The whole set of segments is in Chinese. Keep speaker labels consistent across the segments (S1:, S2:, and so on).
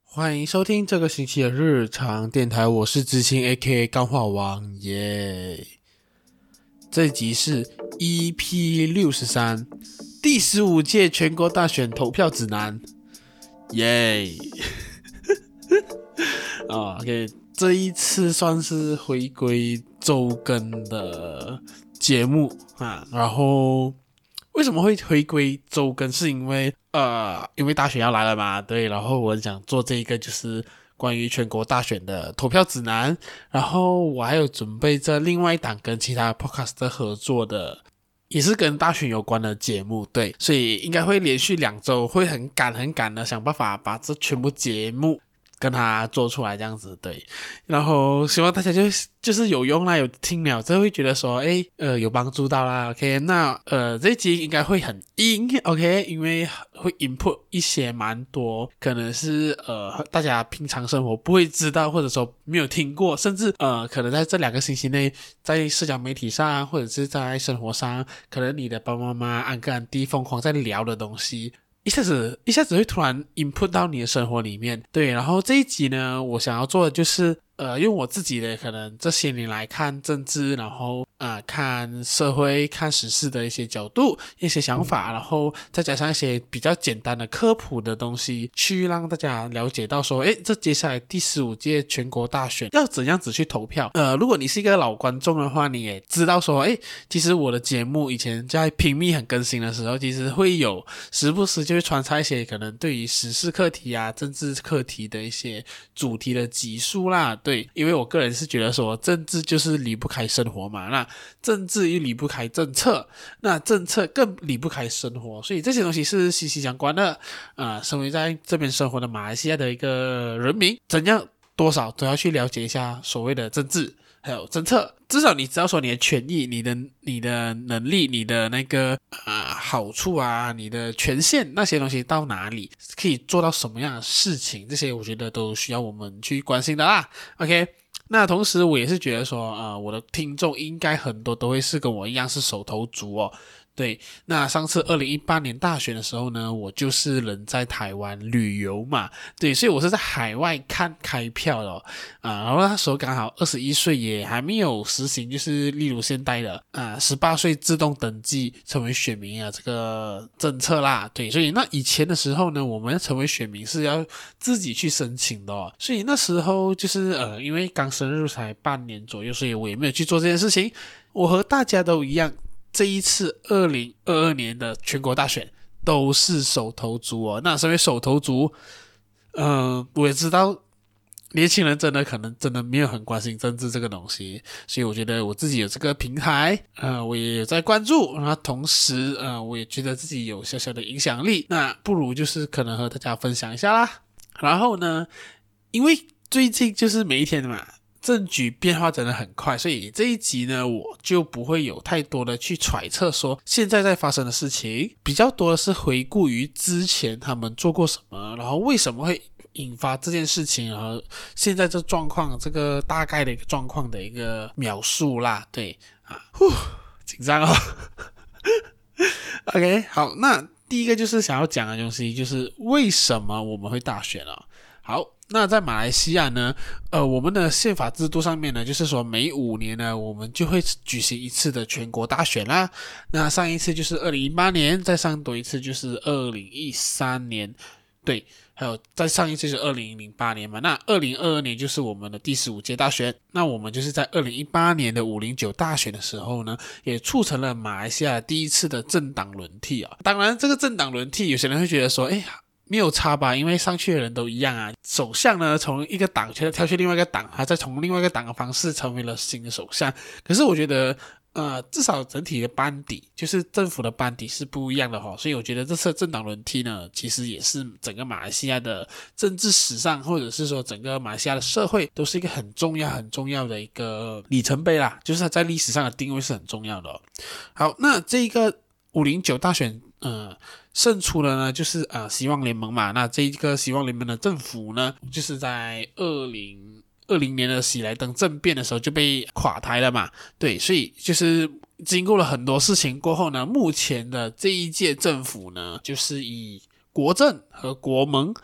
S1: 欢迎收听这个星期的日常电台，我是知青 AKA 钢化王耶。这一集是 EP63 第15届全国大选投票指南耶。OK， 这一次算是回归周更的节目然后为什么会回归周更，是因为大选要来了嘛，对，然后我想做这一个就是关于全国大选的投票指南，然后我还有准备着另外一档跟其他 podcast 合作的也是跟大选有关的节目，对，所以应该会连续2周会很赶的想办法把这全部节目跟他做出来这样子，对，然后希望大家就是有用啦，有听了这会觉得说有帮助到啦 OK， 那这一集应该会很硬 OK， 因为会 input 一些蛮多可能是大家平常生活不会知道，或者说没有听过，甚至可能在这2个星期内在社交媒体上或者是在生活上，可能你的爸爸妈妈安哥安弟疯狂在聊的东西一下子会突然 input 到你的生活里面，对，然后这一集呢我想要做的就是用我自己的可能这些年来看政治，然后看社会看时事的一些角度一些想法，然后再加上一些比较简单的科普的东西，去让大家了解到说这接下来第15届全国大选要怎样子去投票。如果你是一个老观众的话，你也知道说其实我的节目以前在拼命很更新的时候，其实会有时不时就会穿插一些可能对于时事课题政治课题的一些主题的集数啦，对，因为我个人是觉得说政治就是离不开生活嘛，那政治又离不开政策，那政策更离不开生活，所以这些东西是息息相关的。身为在这边生活的马来西亚的一个人民，怎样多少都要去了解一下所谓的政治还有政策，至少你知道说你的权益你的能力你的那个好处你的权限那些东西到哪里，可以做到什么样的事情，这些我觉得都需要我们去关心的啦 OK， 那同时我也是觉得说我的听众应该很多都会是跟我一样是手头族哦，对，那上次2018年大选的时候呢，我就是人在台湾旅游嘛，对，所以我是在海外看开票的然后那时候刚好21岁，也还没有实行就是例如现在的18岁自动登记成为选民这个政策啦，对，所以那以前的时候呢，我们成为选民是要自己去申请的所以那时候就是因为刚升入才半年左右，所以我也没有去做这件事情，我和大家都一样，这一次2022年的全国大选都是手头族那身为手头族我也知道年轻人可能真的没有很关心政治这个东西，所以我觉得我自己有这个平台我也有在关注，然后同时我也觉得自己有小小的影响力，那不如就是可能和大家分享一下啦。然后呢，因为最近就是每一天嘛政局变化真的很快，所以这一集呢我就不会有太多的去揣测说现在在发生的事情，比较多的是回顾于之前他们做过什么，然后为什么会引发这件事情，然后现在这状况这个大概的一个状况的一个描述啦，对紧张OK， 好，那第一个就是想要讲的东西就是为什么我们会大选好，那在马来西亚呢我们的宪法制度上面呢，就是说每5年呢我们就会举行一次的全国大选啦，那上一次就是2018年，再上多一次就是2013年，对，还有再上一次就是2008年嘛，那2022年就是我们的第15届大选，那我们就是在2018年的509大选的时候呢，也促成了马来西亚第一次的政党轮替当然这个政党轮替有些人会觉得说没有差吧，因为上去的人都一样首相呢从一个党跳去另外一个党，再从另外一个党的方式成为了新的首相，可是我觉得至少整体的班底就是政府的班底是不一样的所以我觉得这次政党轮替呢，其实也是整个马来西亚的政治史上，或者是说整个马来西亚的社会都是一个很重要的一个里程碑啦，就是它在历史上的定位是很重要的好，那这个509大选胜出了呢就是希望联盟嘛，那这一个希望联盟的政府呢，就是在2020年的喜来登政变的时候就被垮台了嘛，对，所以就是经过了很多事情过后呢，目前的这一届政府呢，就是以国政和国盟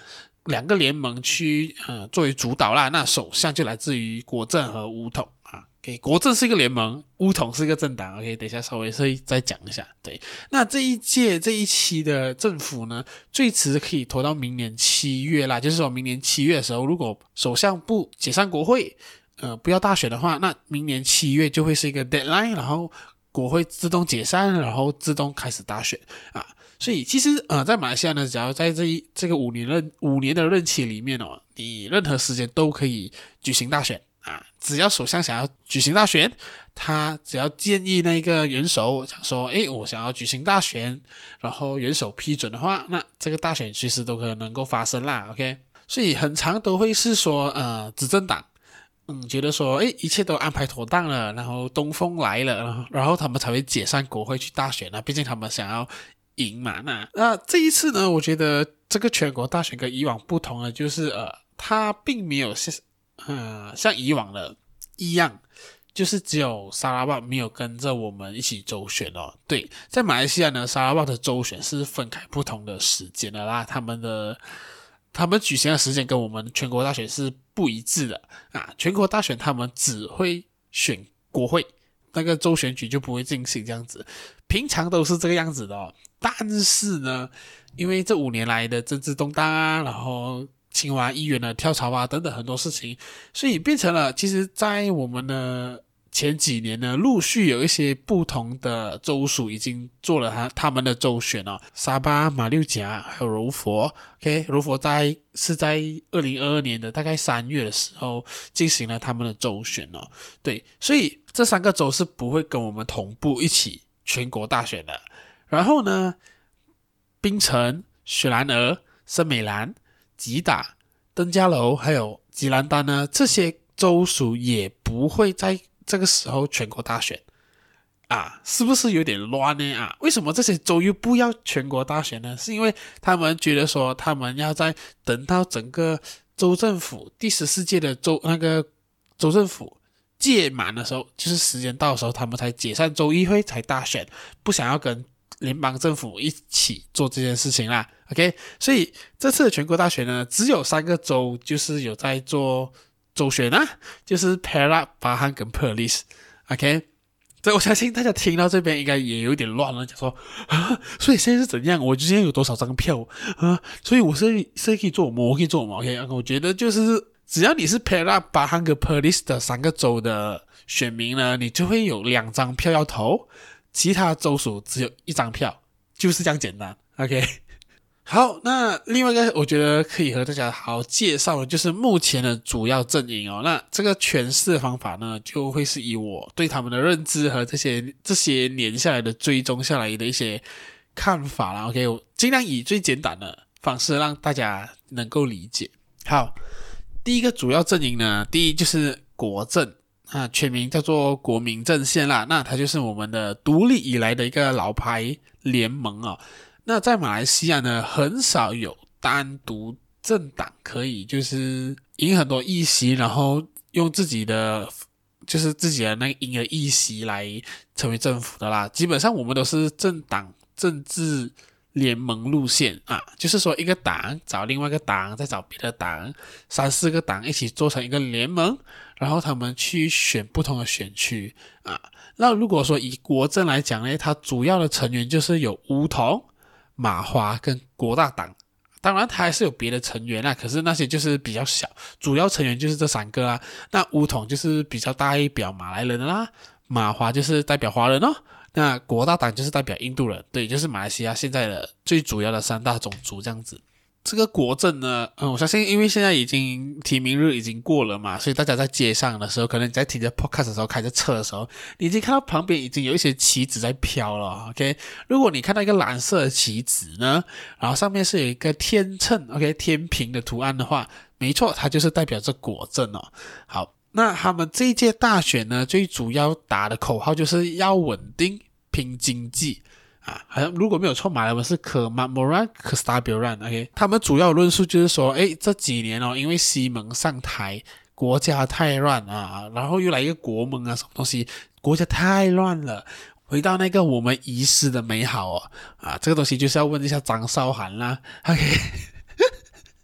S1: 两个联盟去作为主导啦，那首相就来自于国政和巫统啊。OK， 国政是一个联盟，巫统是一个政党。OK， 等一下稍微再讲一下。对，那这一期的政府呢，最迟可以拖到明年7月啦，就是说明年7月的时候，如果首相不解散国会，不要大选的话，那明年7月就会是一个 deadline， 然后国会自动解散，然后自动开始大选啊。所以其实在马来西亚呢，只要在这个5年的任期里面哦，你任何时间都可以举行大选啊。只要首相想要举行大选，他只要建议那个元首想说，我想要举行大选，然后元首批准的话，那这个大选随时都可能够发生啦。OK， 所以很常都会是说执政党觉得说一切都安排妥当了，然后东风来了，然后他们才会解散国会去大选啊，毕竟他们想要赢嘛。那这一次呢，我觉得这个全国大选跟以往不同的就是它并没有像以往的一样，就是只有沙拉瓦没有跟着我们一起周选哦。对，在马来西亚呢，沙拉瓦的周选是分开不同的时间的啦，他们举行的时间跟我们全国大选是不一致的啊。全国大选他们只会选国会，那个州选举就不会进行这样子，平常都是这个样子的哦。但是呢，因为这5年来的政治动荡啊，然后青蛙议员的跳槽啊等等很多事情，所以变成了其实在我们的前几年呢，陆续有一些不同的州属已经做了他们的州选哦，沙巴、马六甲还有柔佛。OK， 柔佛是在2022年的大概3月的时候进行了他们的州选哦。对，所以这3个州是不会跟我们同步一起全国大选的。然后呢，槟城、雪兰莪、森美兰、吉打、登嘉楼还有吉兰丹呢，这些州属也不会在这个时候全国大选啊，是不是有点乱呢啊？为什么这些州又不要全国大选呢？是因为他们觉得说他们要在等到整个州政府第14届的州政府届满的时候，就是时间到的时候，他们才解散州议会才大选，不想要跟联邦政府一起做这件事情啦。OK， 所以这次的全国大选呢，只有3个州就是有在做州选啊，就是 Perak、巴汉跟 Perlis。OK， 所以我相信大家听到这边应该也有点乱了，讲说所以现在是怎样？我今天有多少张票啊？所以我是可以做什么？我可以做什么 ？OK， 我觉得就是只要你是 Perak、巴汉跟 Perlis 的3个州的选民呢，你就会有2张票要投。其他州属只有1张票，就是这样简单。OK， 好，那另外一个我觉得可以和大家好好介绍的就是目前的主要阵营哦。那这个诠释的方法呢，就会是以我对他们的认知和这些年下来的追踪下来的一些看法啦。OK， 我尽量以最简单的方式让大家能够理解。好，第一个主要阵营呢，第一就是国政。全名叫做国民阵线啦，那它就是我们的独立以来的一个老牌联盟哦。那在马来西亚呢，很少有单独政党可以就是赢很多议席，然后用自己的那个赢的议席来成为政府的啦。基本上我们都是政党政治联盟路线啊，就是说一个党找另外一个党，再找别的党，3、4个党一起做成一个联盟，然后他们去选不同的选区啊。那如果说以国政来讲呢，它主要的成员就是有巫统、马华跟国大党。当然它还是有别的成员啦，可是那些就是比较小，主要成员就是这3个啦。那巫统就是比较代表马来人的啦，马华就是代表华人哦。那国大党就是代表印度人，对，就是马来西亚现在的最主要的3大种族这样子。这个国政呢，我相信因为现在已经提名日已经过了嘛，所以大家在街上的时候，可能你在听着 podcast 的时候，开着车的时候，你已经看到旁边已经有一些旗子在飘了 OK， 如果你看到一个蓝色的旗子呢，然后上面是有一个天秤 OK 天平的图案的话，没错，它就是代表着国政哦。好，那他们这一届大选呢，最主要打的口号就是要稳定拼经济好像如果没有错，马来文是kemakmuran kestabilan OK， 他们主要论述就是说这几年因为西蒙上台，国家太乱啊，然后又来一个国盟啊，什么东西，国家太乱了，回到那个我们遗失的美好这个东西就是要问一下张韶涵啦 OK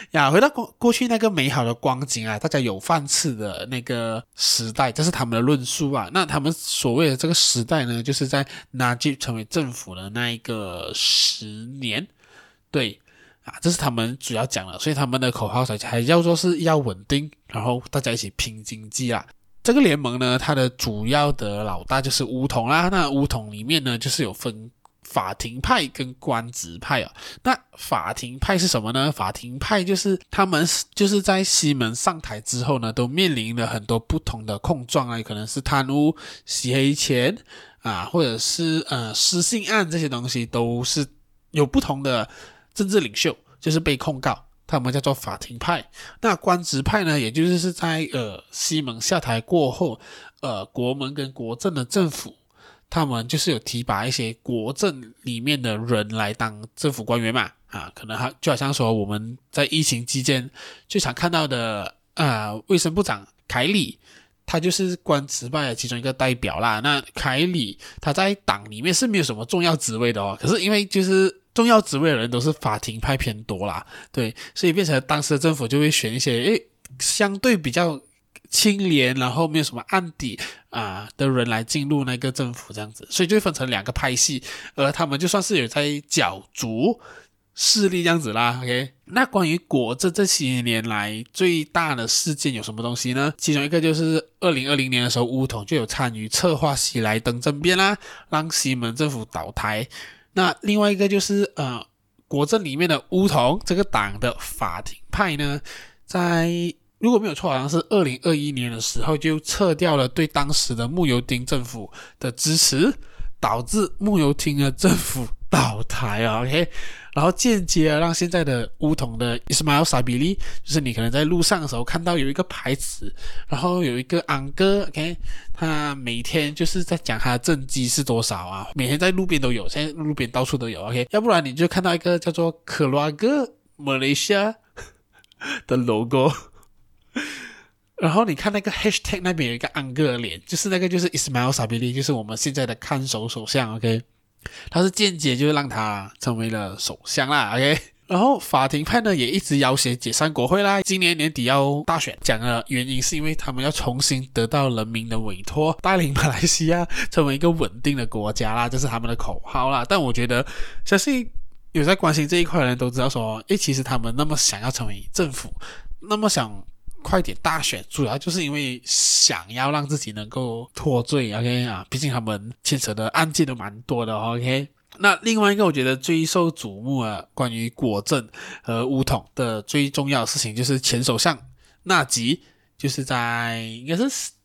S1: 呀，回到过去那个美好的光景啊，大家有饭吃的那个时代，这是他们的论述啊。那他们所谓的这个时代呢，就是在纳吉成为政府的那一个10年，对啊，这是他们主要讲的，所以他们的口号还叫做是要稳定，然后大家一起拼经济啦。这个联盟呢，它的主要的老大就是巫统啦。那巫统里面呢，就是有分法庭派跟官职派啊。那法庭派是什么呢？法庭派就是他们就是在西门上台之后呢，都面临了很多不同的控状啊，可能是贪污、洗黑钱啊，或者是失信案，这些东西都是有不同的政治领袖就是被控告，他们叫做法庭派。那官职派呢，也就是在西蒙下台过后，国门跟国政的政府，他们就是有提拔一些国政里面的人来当政府官员嘛，可能就好像说我们在疫情期间最常看到的卫生部长凯里，他就是官职派的其中一个代表啦。那凯里他在党里面是没有什么重要职位的哦，可是因为就是重要职位的人都是法庭派偏多啦，对，所以变成当时的政府就会选一些相对比较清廉，然后没有什么案底的人来进入那个政府这样子，所以就会分成两个派系，而他们就算是有在角逐势力这样子啦。 OK， 那关于国政这些年来最大的事件有什么东西呢？其中一个就是2020年的时候，巫统就有参与策划喜来登政变啦，让西门政府倒台。那另外一个就是国政里面的巫统这个党的法庭派呢，在如果没有错，好像是2021年的时候就撤掉了对当时的慕尤丁政府的支持，导致慕尤丁的政府倒台啊 ，OK， 然后间接让现在的巫统的 Ismail Sabri， 就是你可能在路上的时候看到有一个牌子，然后有一个安哥 ，OK， 他每天就是在讲他的政绩是多少啊，每天在路边都有，现在路边到处都有 ，OK， 要不然你就看到一个叫做克罗格 Malaysia 的 logo。然后你看那个 hashtag 那边有一个安哥的脸，就是那个就是 Ismail Sabri， 就是我们现在的看守首相 ，OK， 他是间接就让他成为了首相啦 ，OK。然后法庭派呢也一直要挟解散国会啦，今年年底要大选，讲的原因是因为他们要重新得到人民的委托，带领马来西亚成为一个稳定的国家啦，这是他们的口号啦。但我觉得相信有在关心这一块的人都知道说，其实他们那么想要成为政府，那么想快点大选，主要就是因为想要让自己能够脱罪 ，OK 毕竟他们牵扯的案件都蛮多的 ，OK。那另外一个我觉得最受瞩目关于国政和巫统的最重要的事情，就是前首相纳吉，就是在应该是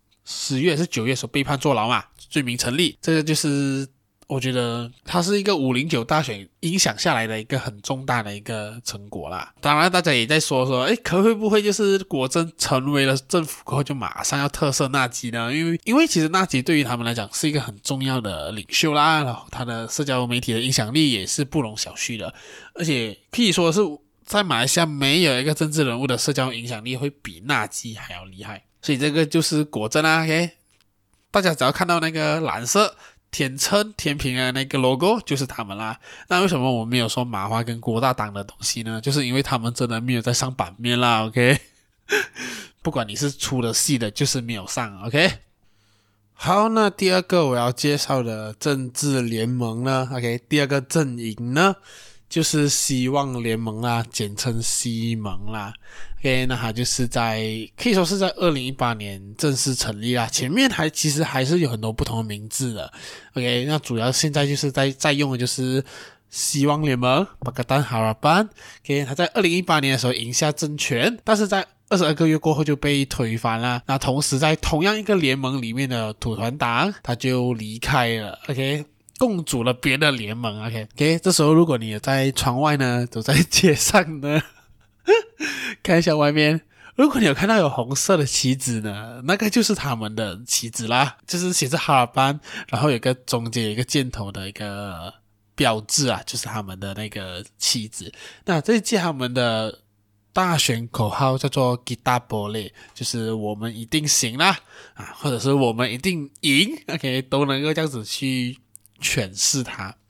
S1: 10月还是9月的时候被判坐牢嘛，罪名成立，这个就是我觉得它是一个509大选影响下来的一个很重大的一个成果啦。当然大家也在说会不会就是国政成为了政府过后就马上要特赦纳吉呢？因为其实纳吉对于他们来讲是一个很重要的领袖啦，然后他的社交媒体的影响力也是不容小觑的，而且可以说是在马来西亚没有一个政治人物的社交影响力会比纳吉还要厉害，所以这个就是国政啦 ，OK， 大家只要看到那个蓝色天秤天平的那个 logo 就是他们啦。那为什么我没有说马华跟国大党的东西呢？就是因为他们真的没有在上版面啦 ，OK 不管你是出了戏的就是没有上 ，OK。 好，那第二个我要介绍的政治联盟呢 ，OK， 第二个阵营呢就是希望联盟啦，简称西盟啦。OK， 那它就是可以说是在2018年正式成立啦。前面其实还是有很多不同的名字的。OK， 那主要现在就是在用的就是希望联盟 Pakatan Harapan。OK， 它在2018年的时候赢下政权，但是在22个月过后就被推翻了。那同时在同样一个联盟里面的土团党，它就离开了。OK。共组了别的联盟 OK， 这时候如果你有在窗外呢，走在街上呢看一下外面，如果你有看到有红色的旗子呢，那个就是他们的旗子啦，就是写着哈尔班，然后中间有一个箭头的一个标志就是他们的那个旗子。那这一届他们的大选口号叫做 Kita Boleh， 就是我们一定行啦或者是我们一定赢 OK， 都能够这样子去诠释它。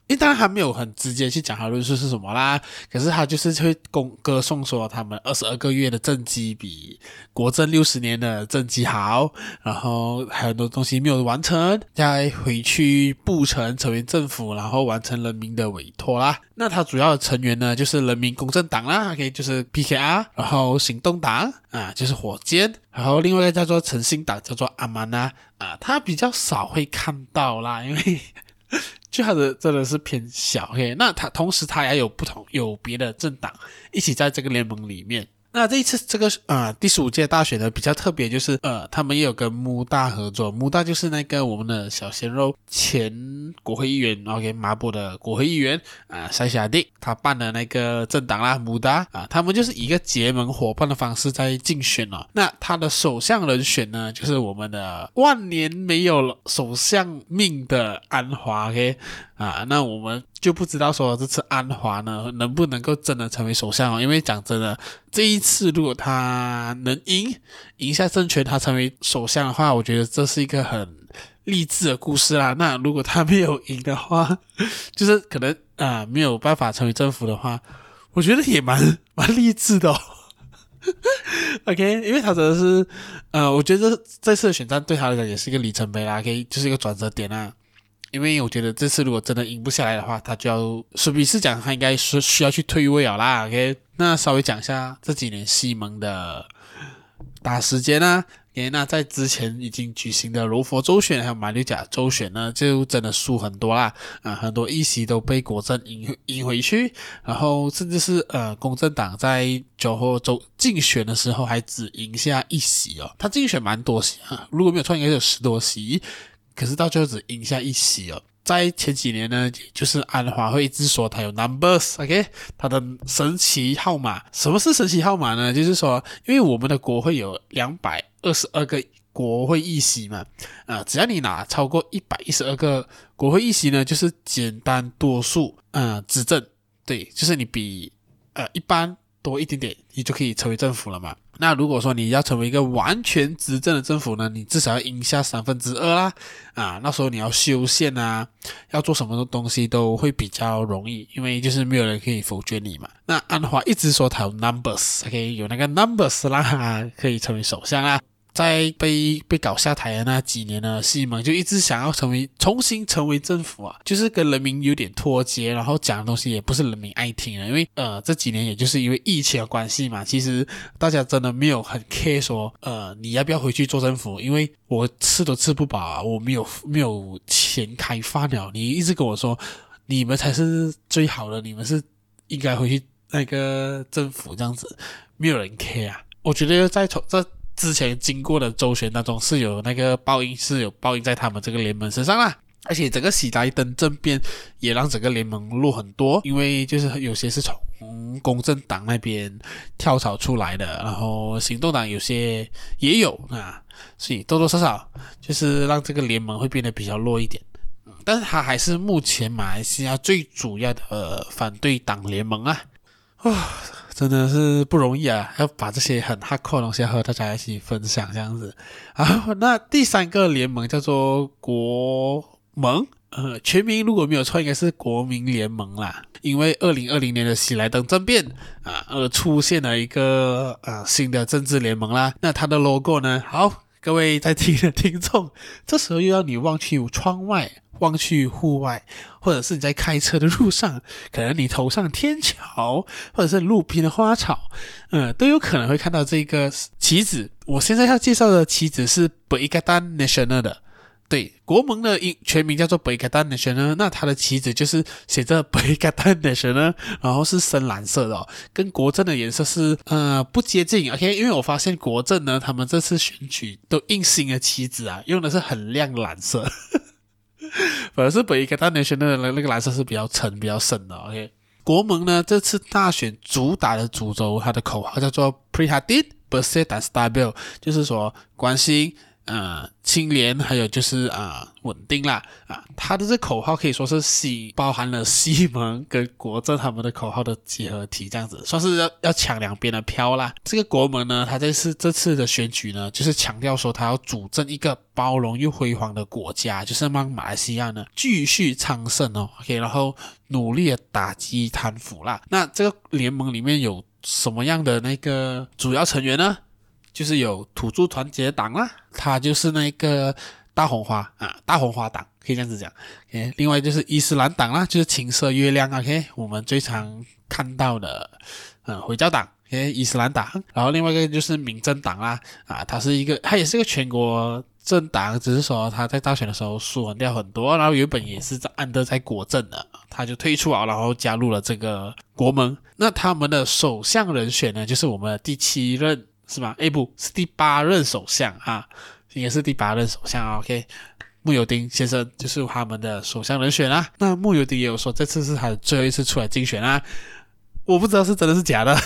S1: 因为当然他没有很直接去讲他论述是什么啦，可是他就是会歌颂说他们22个月的政绩比国政60年的政绩好，然后还有很多东西没有完成，再回去布城成为政府，然后完成人民的委托啦。那他主要的成员呢，就是人民公正党啦 ，OK， 就是 PKR， 然后行动党啊，就是火箭，然后另外一个叫做诚信党，叫做阿曼啊，他比较少会看到啦，因为就他的真的是偏小 ，OK， 那他同时他也有别的政党一起在这个联盟里面。那这一次这个第15届大选呢比较特别，就是他们也有跟穆大合作，穆大就是那个我们的小鲜肉前国会议员 OK 马博的国会议员塞夏迪，他办的那个政党啦穆大他们就是以一个结盟伙伴的方式在竞选哦。那他的首相人选呢就是我们的万年没有首相命的安华 OK 那我们就不知道说这次安华呢能不能够真的成为首相哦，因为讲真的，这一次如果他能赢下政权，他成为首相的话，我觉得这是一个很励志的故事啦。那如果他没有赢的话，就是可能没有办法成为政府的话，我觉得也蛮励志的哦。OK， 因为他真的是我觉得这次的选战对他来讲也是一个里程碑啦，可以就是一个转折点啦。因为我觉得这次如果真的赢不下来的话，他就要属于是讲他应该是需要去退位了啦。OK， 那稍微讲一下这几年西蒙的大事件啊。OK， 那在之前已经举行的柔佛州选还有马六甲州选呢，就真的输很多啦。很多议席都被国政赢回去，然后甚至是公正党在九后州竞选的时候还只赢下1席哦。他竞选蛮多席如果没有错应该有10多席。可是到最后只赢下1席哦。在前几年呢，就是安华会一直说他有 numbers， OK， 他的神奇号码。什么是神奇号码呢？就是说，因为我们的国会有222个国会议席嘛，只要你拿超过112个国会议席呢，就是简单多数执政，对，就是你比一般多一点点，你就可以成为政府了嘛。那如果说你要成为一个完全执政的政府呢，你至少要赢下2/3啦，那时候你要修宪要做什么东西都会比较容易，因为就是没有人可以否决你嘛。那安华一直说他有 numbers， OK， 有那个 numbers 啦，可以成为首相啦。在被搞下台的那几年呢，西蒙就一直想要重新成为政府就是跟人民有点脱节，然后讲的东西也不是人民爱听的，因为这几年也就是因为疫情的关系嘛，其实大家真的没有很 care 说你要不要回去做政府，因为我吃都吃不饱我没有钱开饭了，你一直跟我说你们才是最好的，你们是应该回去那个政府这样子，没有人 care 我觉得在这之前经过的州选当中是有那个报应在他们这个联盟身上啦。而且整个喜来登政变也让整个联盟弱很多，因为就是有些是从公正党那边跳槽出来的，然后行动党有些也有所以多多少少就是让这个联盟会变得比较弱一点。但是它还是目前马来西亚最主要的反对党联盟真的是不容易要把这些很 hardcore 的东西和大家一起分享这样子那第3个联盟叫做国盟全名如果没有错应该是国民联盟啦，因为2020年的喜来登政变而出现了一个新的政治联盟啦。那它的 logo 呢，好，各位在听的听众，这时候又要你望去窗外，望去户外，或者是你在开车的路上，可能你头上天桥，或者是路边的花草都有可能会看到这个旗子。我现在要介绍的旗子是 Perikatan Nasional 的，对，国盟的全名叫做 Perikatan Nasional， 那它的旗子就是写着 Perikatan Nasional， 然后是深蓝色的跟国政的颜色是不接近 OK， 因为我发现国政呢他们这次选举都印新的旗子用的是很亮蓝色反而是Perikatan Nasional的那个蓝色是比较沉比较深的 OK。 国盟呢这次大选主打的主轴，它的口号叫做 Prihatin Bersih dan Stabil， 就是说关心清廉，还有就是稳定啦他的这口号可以说是包含了西蒙跟国政他们的口号的结合体，这样子算是要抢两边的票啦。这个国盟呢，他这次的选举呢，就是强调说他要主政一个包容又辉煌的国家，就是让马来西亚呢继续昌盛OK， 然后努力的打击贪腐啦。那这个联盟里面有什么样的那个主要成员呢？就是有土著团结党啦，他就是那个大红花党，可以这样子讲。OK， 另外就是伊斯兰党啦，就是情色月亮 OK， 我们最常看到的回教党 OK， 伊斯兰党。然后另外一个就是民政党啦它也是一个全国政党，只是说他在大选的时候输掉很多，然后原本也是在国政的，他就退出了，然后加入了这个国盟。那他们的首相人选呢，就是我们的第7任是吧？不是第8任首相应该是第8任首相OK， 慕尤丁先生就是他们的首相人选那慕尤丁也有说这次是他的最后一次出来竞选我不知道是真的是假的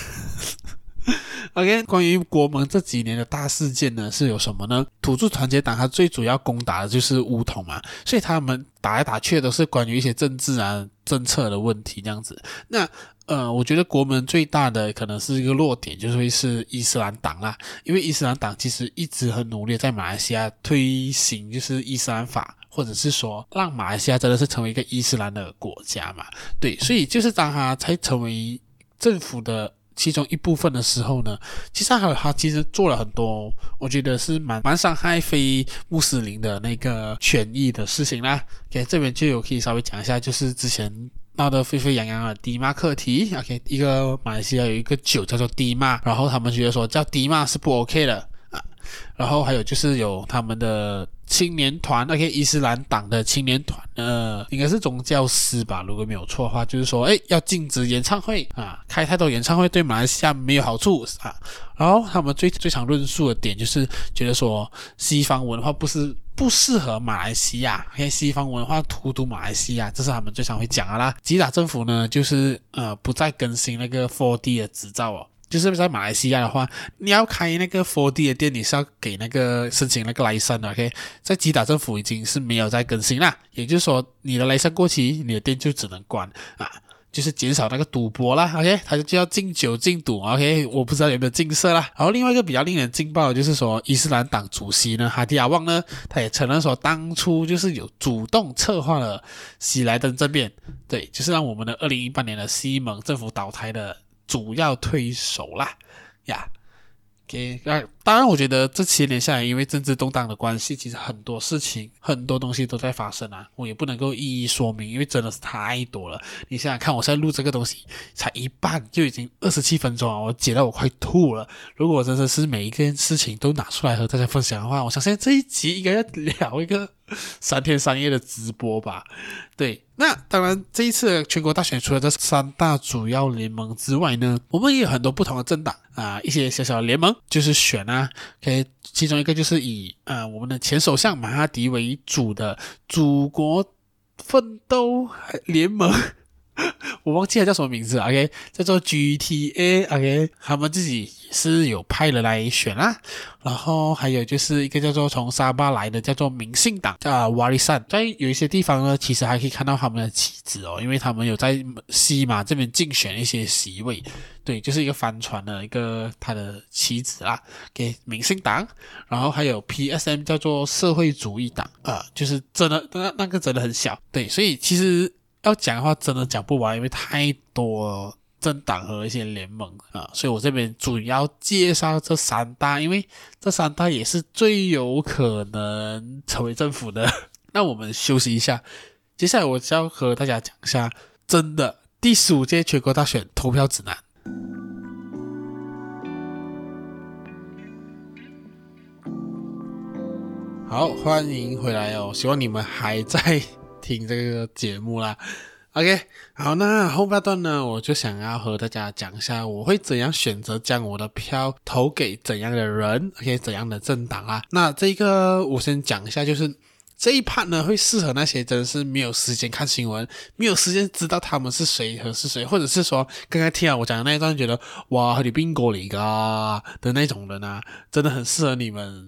S1: OK， 关于国盟这几年的大事件呢是有什么呢？土著团结党它最主要攻打的就是巫统嘛，所以他们打来打去的都是关于一些政治政策的问题这样子。那我觉得国盟最大的可能是一个弱点，就是会是伊斯兰党啦，因为伊斯兰党其实一直很努力在马来西亚推行就是伊斯兰法，或者是说让马来西亚真的是成为一个伊斯兰的国家嘛。对，所以就是当他才成为政府的其中一部分的时候呢，其实他其实做了很多我觉得是蛮伤害非穆斯林的那个权益的事情啦。OK， 这边就有可以稍微讲一下，就是之前闹得沸沸扬扬的低骂课题 OK， 一个马来西亚有一个酒叫做低骂，然后他们觉得说叫低骂是不 OK 的然后还有就是有他们的青年团 OK， 伊斯兰党的青年团应该是宗教师吧，如果没有错的话，就是说要禁止演唱会开太多演唱会对马来西亚没有好处然后他们最常论述的点就是觉得说西方文化不适合马来西亚 OK， 西方文化荼毒马来西亚，这是他们最常会讲的啦。吉打政府呢就是不再更新那个 4D 的执照就是在马来西亚的话，你要开那个 4D 的店，你是要给那个申请那个 license OK， 在吉打政府已经是没有再更新啦，也就是说你的 license 过期，你的店就只能关就是减少那个赌博啦 OK， 他就要禁酒禁赌 OK， 我不知道有没有禁色啦。然后另外一个比较令人惊爆的就是说伊斯兰党主席呢哈迪亚旺呢，他也承认说当初就是有主动策划了喜来登政变，对，就是让我们的2018年的西蒙政府倒台的主要推手啦OK， 当然我觉得这7年下来，因为政治动荡的关系，其实很多事情很多东西都在发生我也不能够一一说明，因为真的是太多了。你想想看，我现在录这个东西才一半就已经27分钟我剪到我快吐了。如果真的是每一件事情都拿出来和大家分享的话，我相信这一集应该要聊一个3天3夜的直播吧。对，那当然这一次全国大选除了这3大主要联盟之外呢，我们也有很多不同的政党一些小小的联盟就是选OK， 其中一个就是以我们的前首相马哈迪为主的祖国奋斗联盟我忘记了叫什么名字 OK， 叫做 GTA OK， 他们自己是有派人来选然后还有就是一个叫做从沙巴来的叫做民信党瓦里善，在有一些地方呢其实还可以看到他们的旗帜因为他们有在西马这边竞选一些席位，对，就是一个帆船的一个他的旗帜给民信党。然后还有 PSM 叫做社会主义党就是真的那个真的很小，对，所以其实要讲的话真的讲不完，因为太多政党和一些联盟所以我这边主要介绍这3大，因为这3大也是最有可能成为政府的那我们休息一下，接下来我就要和大家讲一下真的第15届全国大选投票指南。好，欢迎回来希望你们还在听这个节目啦。OK， 好，那后半段呢，我就想要和大家讲一下我会怎样选择将我的票投给怎样的人 OK， 怎样的政党那这个我先讲一下，就是这一 part 呢会适合那些真的是没有时间看新闻，没有时间知道他们是谁和是谁，或者是说刚才听了我讲的那一段觉得哇你边个嚟噶的那种人真的很适合你们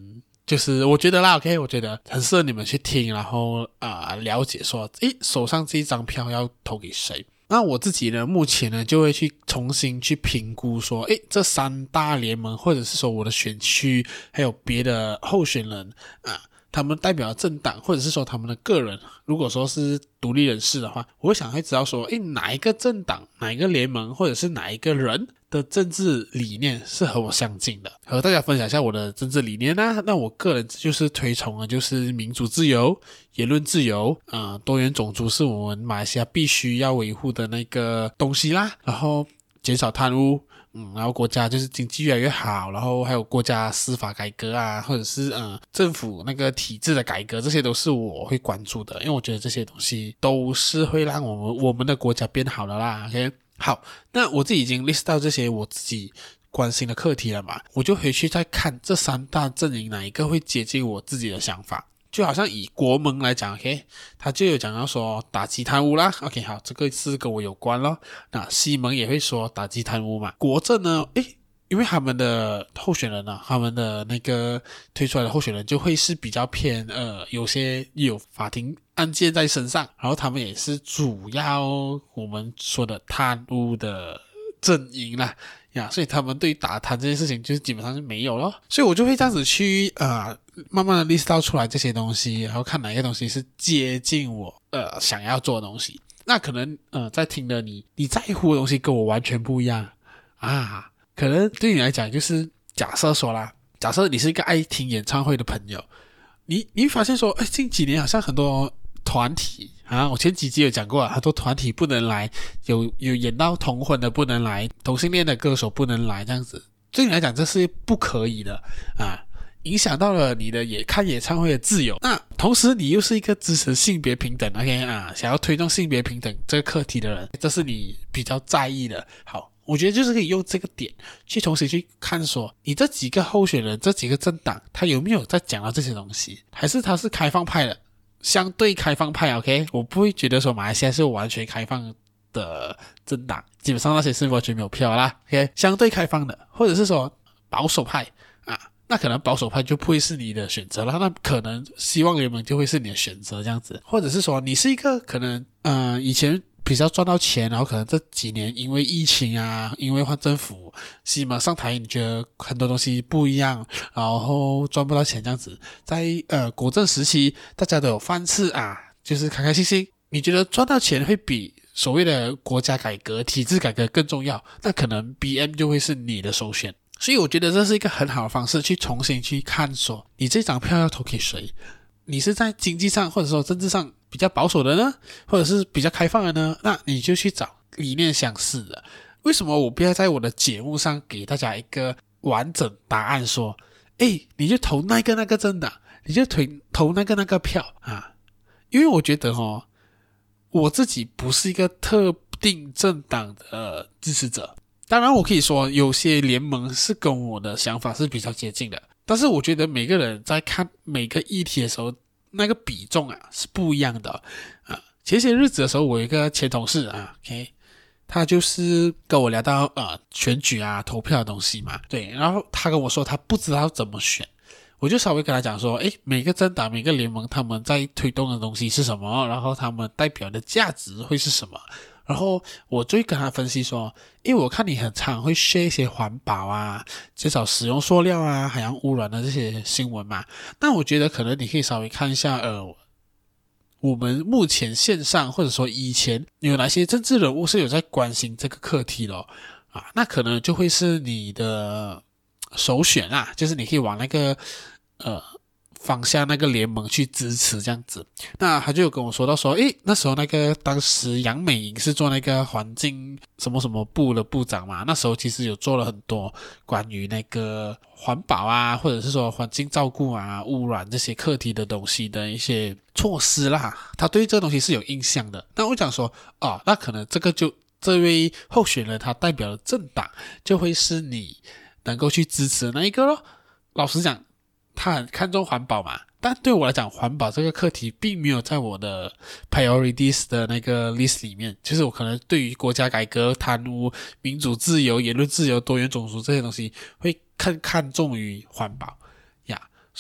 S1: 就是我觉得啦 OK， 我觉得很适合你们去听，然后了解说手上这一张票要投给谁。那我自己呢，目前呢就会去重新去评估说，这三大联盟或者是说我的选区还有别的候选人他们代表的政党或者是说他们的个人，如果说是独立人士的话，我会想会知道说哪一个政党哪一个联盟或者是哪一个人的政治理念是和我相近的，和大家分享一下我的政治理念啊。那我个人就是推崇的就是民主自由、言论自由多元种族是我们马来西亚必须要维护的那个东西啦，然后减少贪污然后国家就是经济越来越好，然后还有国家司法改革或者是政府那个体制的改革，这些都是我会关注的，因为我觉得这些东西都是会让我们的国家变好的啦 OK。 好，那我自己已经 list 到这些我自己关心的课题了嘛，我就回去再看这三大阵营哪一个会接近我自己的想法。就好像以国盟来讲 OK， 他就有讲到说打击贪污啦 OK， 好，这个是跟我有关咯。那西盟也会说打击贪污嘛。国政呢因为他们的候选人他们的那个推出来的候选人就会是比较偏有些有法庭案件在身上，然后他们也是主要我们说的贪污的阵营啦所以他们对于打贪这件事情就是基本上是没有咯。所以我就会这样子去慢慢的 list 到出来这些东西，然后看哪一个东西是接近我想要做的东西。那可能在听的你在乎的东西跟我完全不一样可能对你来讲就是假设说啦，假设你是一个爱听演唱会的朋友，你会发现说近几年好像很多团体我前几集有讲过很多团体不能来，有演到同婚的不能来，同性恋的歌手不能来，这样子对你来讲这是不可以的影响到了你的看演唱会的自由。那同时你又是一个支持性别平等 OK 想要推动性别平等这个课题的人，这是你比较在意的。好，我觉得就是可以用这个点去重新去看说你这几个候选人这几个政党他有没有在讲到这些东西，还是他是开放派的，相对开放派 OK， 我不会觉得说马来西亚是完全开放的政党，基本上那些是完全没有票啦 OK， 相对开放的，或者是说保守派那可能保守派就不会是你的选择了，那可能希望联盟就会是你的选择这样子。或者是说你是一个可能以前比较赚到钱，然后可能这几年因为疫情因为换政府西马上台，你觉得很多东西不一样，然后赚不到钱这样子，在国政时期大家都有饭吃就是开开心心，你觉得赚到钱会比所谓的国家改革体制改革更重要，那可能 BM 就会是你的首选。所以我觉得这是一个很好的方式去重新去看说你这张票要投给谁，你是在经济上或者说政治上比较保守的呢，或者是比较开放的呢，那你就去找理念相似的。为什么我不要在我的节目上给大家一个完整答案说你就投那个政党，你就投那个票因为我觉得我自己不是一个特定政党的支持者，当然我可以说有些联盟是跟我的想法是比较接近的，但是我觉得每个人在看每个议题的时候那个比重是不一样的前些日子的时候我有一个前同事OK， 他就是跟我聊到选举投票的东西嘛，对，然后他跟我说他不知道怎么选，我就稍微跟他讲说每个政党每个联盟他们在推动的东西是什么，然后他们代表的价值会是什么，然后我就会跟他分析说我看你很常会 share 一些环保减少使用塑料海洋污染的这些新闻嘛，那我觉得可能你可以稍微看一下我们目前线上或者说以前有哪些政治人物是有在关心这个课题咯那可能就会是你的首选就是你可以往那个方向那个联盟去支持这样子。那他就有跟我说到说那时候当时杨美莹是做那个环境什么什么部的部长嘛，那时候其实有做了很多关于那个环保或者是说环境照顾污染这些课题的东西的一些措施啦，他对这个东西是有印象的。那我讲说那可能这位候选人他代表的政党就会是你能够去支持的那一个咯。老实讲他很看重环保嘛，但对我来讲环保这个课题并没有在我的 priorities 的那个 list 里面，就是我可能对于国家改革、贪污、民主自由、言论自由、多元种族这些东西会更看重于环保所以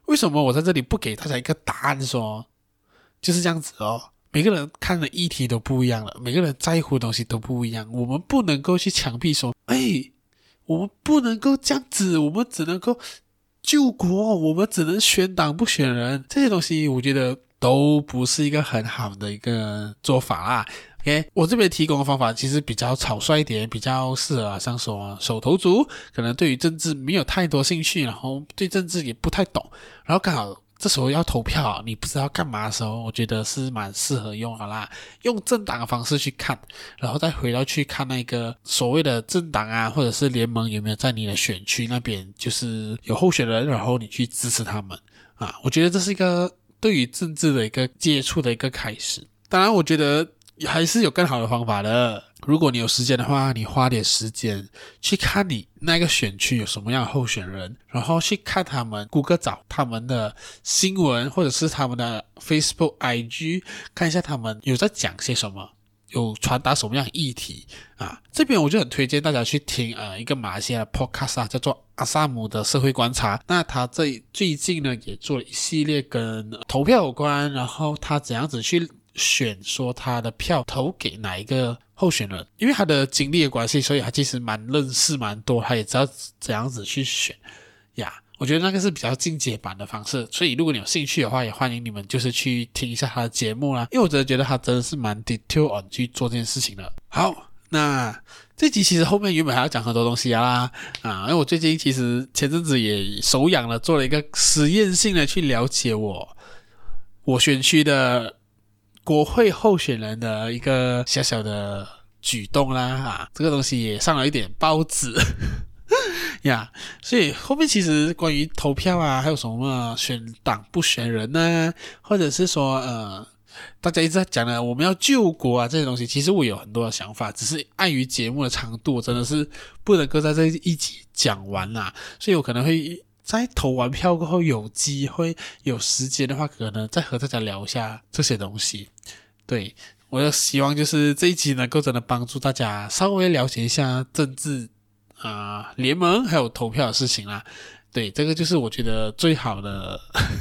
S1: 为什么我在这里不给大家一个答案说就是这样子哦？每个人看的议题都不一样了，每个人在乎的东西都不一样，我们不能够去强逼说，我们不能够这样子，我们只能够救国，我们只能选党不选人，这些东西我觉得都不是一个很好的一个做法啦。OK， 我这边提供的方法其实比较草率一点，比较适合像说手头族，可能对于政治没有太多兴趣，然后对政治也不太懂，然后刚好这时候要投票，你不知道干嘛的时候，我觉得是蛮适合用的啦。用政党的方式去看，然后再回到去看那个所谓的政党啊，或者是联盟有没有在你的选区那边就是有候选人，然后你去支持他们啊。我觉得这是一个对于政治的一个接触的一个开始。当然，我觉得还是有更好的方法的。如果你有时间的话，你花点时间去看你那个选区有什么样的候选人，然后去看他们Google找他们的新闻，或者是他们的 Facebook、IG， 看一下他们有在讲些什么，有传达什么样的议题啊。这边我就很推荐大家去听一个马来西亚的 podcast 叫做阿萨姆的社会观察。那他最近呢也做了一系列跟投票有关，然后他怎样子去选说他的票投给哪一个候选人，因为他的经历的关系，所以他其实认识蛮多，他也知道怎样子去选呀。我觉得那个是比较进阶版的方式，所以如果你有兴趣的话，也欢迎你们就是去听一下他的节目啦，因为我真的觉得他真的是蛮 detail on 去做这件事情的。好，那这集其实后面原本还要讲很多东西啦因为我最近其实前阵子也手痒了，做了一个实验性的去了解我选区的国会候选人的一个小小的举动啦这个东西也上了一点报纸呀所以后面其实关于投票啊，还有什么选党不选人啊，或者是说大家一直在讲的我们要救国啊这些东西，其实我有很多的想法，只是碍于节目的长度，我真的是不能够在这一集讲完啦，所以我可能会在投完票过后有机会有时间的话，可能再和大家聊一下这些东西。对，我就希望就是这一集能够真的帮助大家稍微了解一下政治联盟还有投票的事情啦。对，这个就是我觉得最好的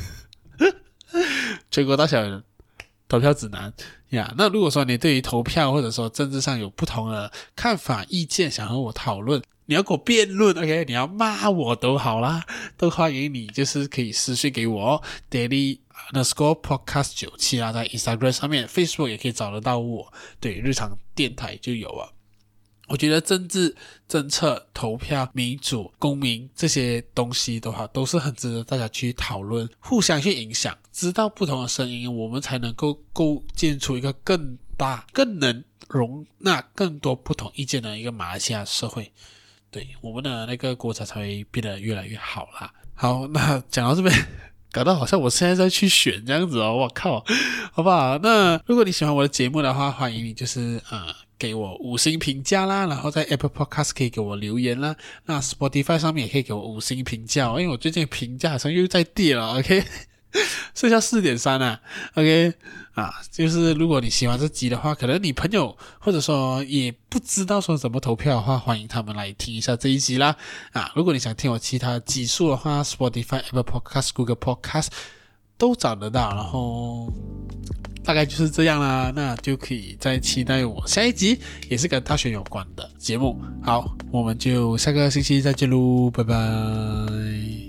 S1: 全国大小人投票指南呀。那如果说你对于投票或者说政治上有不同的看法意见，想和我讨论，你要跟我辩论 OK， 你要骂我都好啦，都欢迎你就是可以私讯给我daily_podcast 97在 Instagram 上面， Facebook 也可以找得到我，对，日常电台就有啊。我觉得政治政策投票民主公民这些东西的话都是很值得大家去讨论，互相去影响，知道不同的声音，我们才能够构建出一个更大更能容纳更多不同意见的一个马来西亚社会，对，我们的那个国家才会变得越来越好啦。好，那讲到这边搞到好像我现在在去选这样子哦，我靠，好不好？那如果你喜欢我的节目的话，欢迎你就是给我5星评价啦，然后在 Apple Podcast 可以给我留言啦，那 Spotify 上面也可以给我5星评价因为我最近评价好像又在跌了 OK 剩下 4.3 OK 就是如果你喜欢这集的话，可能你朋友或者说也不知道说怎么投票的话，欢迎他们来听一下这一集啦如果你想听我其他集数的话， Spotify Apple Podcast Google Podcast 都找得到，然后大概就是这样啦，那就可以再期待我下一集也是跟大选有关的节目。好，我们就下个星期再见喽，拜拜。